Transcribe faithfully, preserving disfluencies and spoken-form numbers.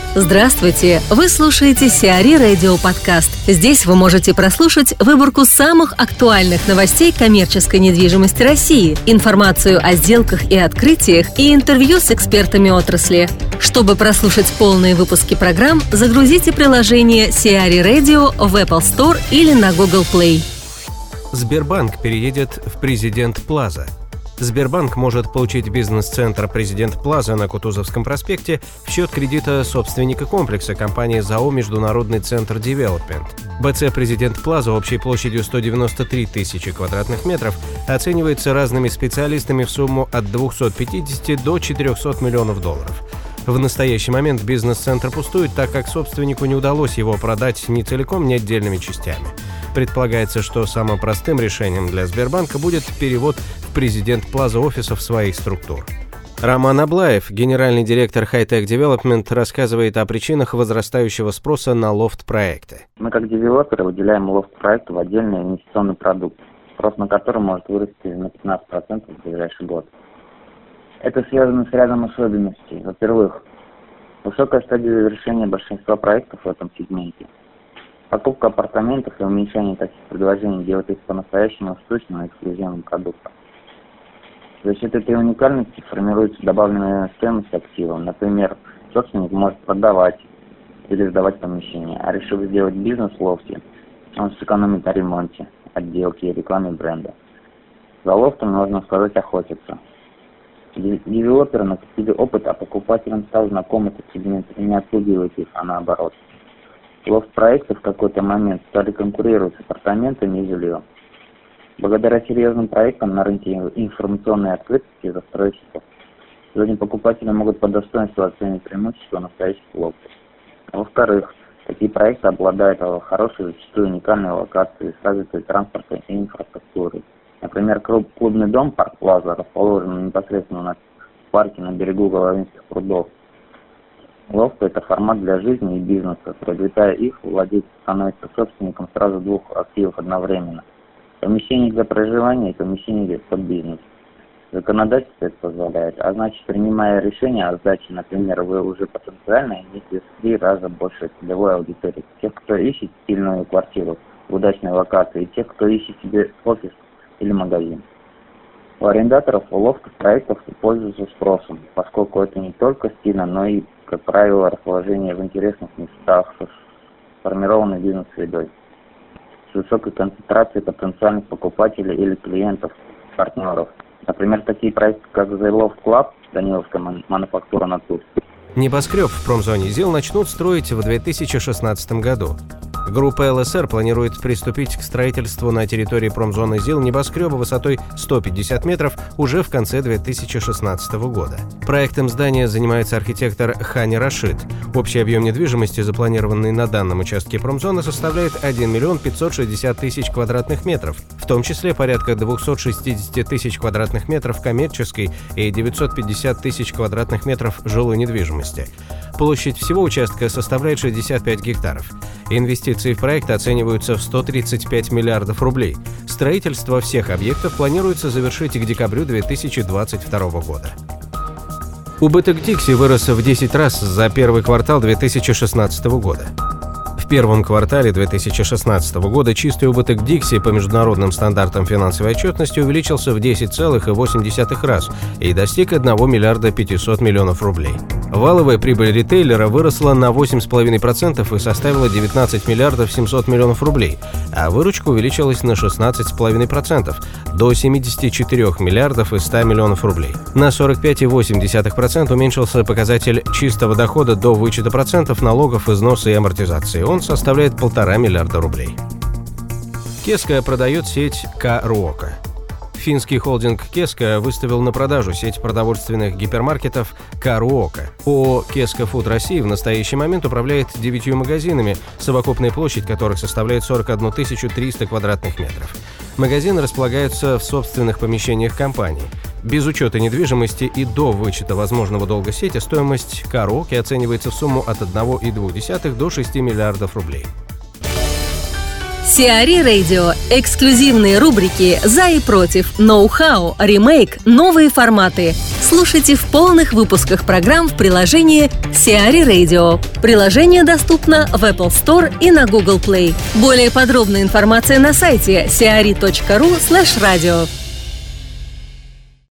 Здравствуйте! Вы слушаете Сиари Радио Подкаст. Здесь вы можете прослушать выборку самых актуальных новостей коммерческой недвижимости России, информацию о сделках и открытиях и интервью с экспертами отрасли. Чтобы прослушать полные выпуски программ, загрузите приложение Сиари Radio в Apple Store или на Google Play. Сбербанк переедет в Президент Плаза. Сбербанк может получить бизнес-центр Президент Плаза на Кутузовском проспекте в счет кредита собственника комплекса компании ЗАО «Международный центр Девелопмент». БЦ Президент Плаза общей площадью сто девяносто три тысячи квадратных метров оценивается разными специалистами в сумму от двухсот пятидесяти до четырехсот миллионов долларов. В настоящий момент бизнес-центр пустует, так как собственнику не удалось его продать ни целиком, ни отдельными частями. Предполагается, что самым простым решением для Сбербанка будет перевод в Президент Плаза офисов своих структур. Роман Аблаев, генеральный директор High-Tech Development, рассказывает о причинах возрастающего спроса на лофт-проекты. Мы как девелоперы выделяем лофт-проект в отдельный инвестиционный продукт, спрос на который может вырасти на пятнадцать процентов в ближайший год. Это связано с рядом особенностей. Во-первых, высокая стадия завершения большинства проектов в этом сегменте. Покупка апартаментов и уменьшение таких предложений делает их по-настоящему устойчивым и эксклюзивным продуктом. За счет этой уникальности формируется добавленная стоимость актива. Например, собственник может продавать или сдавать помещение, а решив сделать бизнес в лофте, он сэкономит на ремонте, отделке и рекламе бренда. За лофтом, можно сказать, охотиться. Девелоперы накопили опыт, а покупателям стал знаком этот сегмент и не отпугивает их, а наоборот. Лофт-проекты в какой-то момент стали конкурировать с апартаментами и жильем. Благодаря серьезным проектам на рынке информационной открытости застройщиков, сегодня покупатели могут по достоинству оценить преимущества настоящих лофтов. А во-вторых, такие проекты обладают хорошей, зачастую уникальной локацией с развитой транспортной и инфраструктурой. Например, клубный дом «Парк Плаза» расположен непосредственно на парке на берегу Головинских прудов. Лофты – это формат для жизни и бизнеса. Приобретая их, владелец становится собственником сразу двух активов одновременно. Помещение для проживания и помещение под бизнес. Законодательство это позволяет, а значит, принимая решение о сдаче, например, вы уже потенциально имеете в три раза больше целевой аудитории. Тех, кто ищет стильную квартиру в удачной локации, и тех, кто ищет себе офис или магазин. У арендаторов у лофтов проектов пользуются спросом, поскольку это не только стильно, но и, как правило, расположение в интересных местах с сформированной бизнес-средой, с высокой концентрацией потенциальных покупателей или клиентов, партнеров. Например, такие проекты, как The Loft Club, Даниловская мануфактура на Тульской. Небоскреб в промзоне ЗИЛ начнут строить в две тысячи шестнадцатом году. Группа эл эс эр планирует приступить к строительству на территории промзоны ЗИЛ небоскреба высотой сто пятьдесят метров уже в конце две тысячи шестнадцатого года. Проектом здания занимается архитектор Хани Рашид. Общий объем недвижимости, запланированный на данном участке промзоны, составляет один миллион пятьсот шестьдесят тысяч квадратных метров, в том числе порядка двухсот шестидесяти тысяч квадратных метров коммерческой и девятьсот пятьдесят тысяч квадратных метров жилой недвижимости. Площадь всего участка составляет шестьдесят пять гектаров. Инвестиции в проект оцениваются в сто тридцать пять миллиардов рублей. Строительство всех объектов планируется завершить к декабрю две тысячи двадцать второго года. Убыток Дикси вырос в десять раз за первый квартал две тысячи шестнадцатого года. В первом квартале две тысячи шестнадцатого года чистый убыток Дикси по международным стандартам финансовой отчетности увеличился в десять целых восемь десятых раз и достиг одного миллиарда пятисот миллионов рублей. Валовая прибыль ритейлера выросла на восемь целых пять десятых процента и составила девятнадцать миллиардов семьсот миллионов рублей, а выручка увеличилась на шестнадцать целых пять десятых процента до семидесяти четырёх миллиардов ста миллионов рублей. На сорок пять целых восемь десятых процента уменьшился показатель чистого дохода до вычета процентов, налогов, износа и амортизации. Он составляет полтора миллиарда рублей. Kesko продает сеть K-Ruoka. Финский холдинг Kesko выставил на продажу сеть продовольственных гипермаркетов K-Ruoka. ООО Kesko Food России в настоящий момент управляет девятью магазинами, совокупная площадь которых составляет сорок одну тысячу триста квадратных метров. Магазины располагаются в собственных помещениях компании. Без учета недвижимости и до вычета возможного долга сети стоимость K-Ruoka оценивается в сумму от одного целых двух десятых до шести миллиардов рублей. Сиари Radio. Эксклюзивные рубрики «За и против», «Ноу-хау», «Ремейк», «Новые форматы». Слушайте в полных выпусках программ в приложении Сиари Radio. Приложение доступно в Apple Store и на Google Play. Более подробная информация на сайте сиари точка ру слэш радио.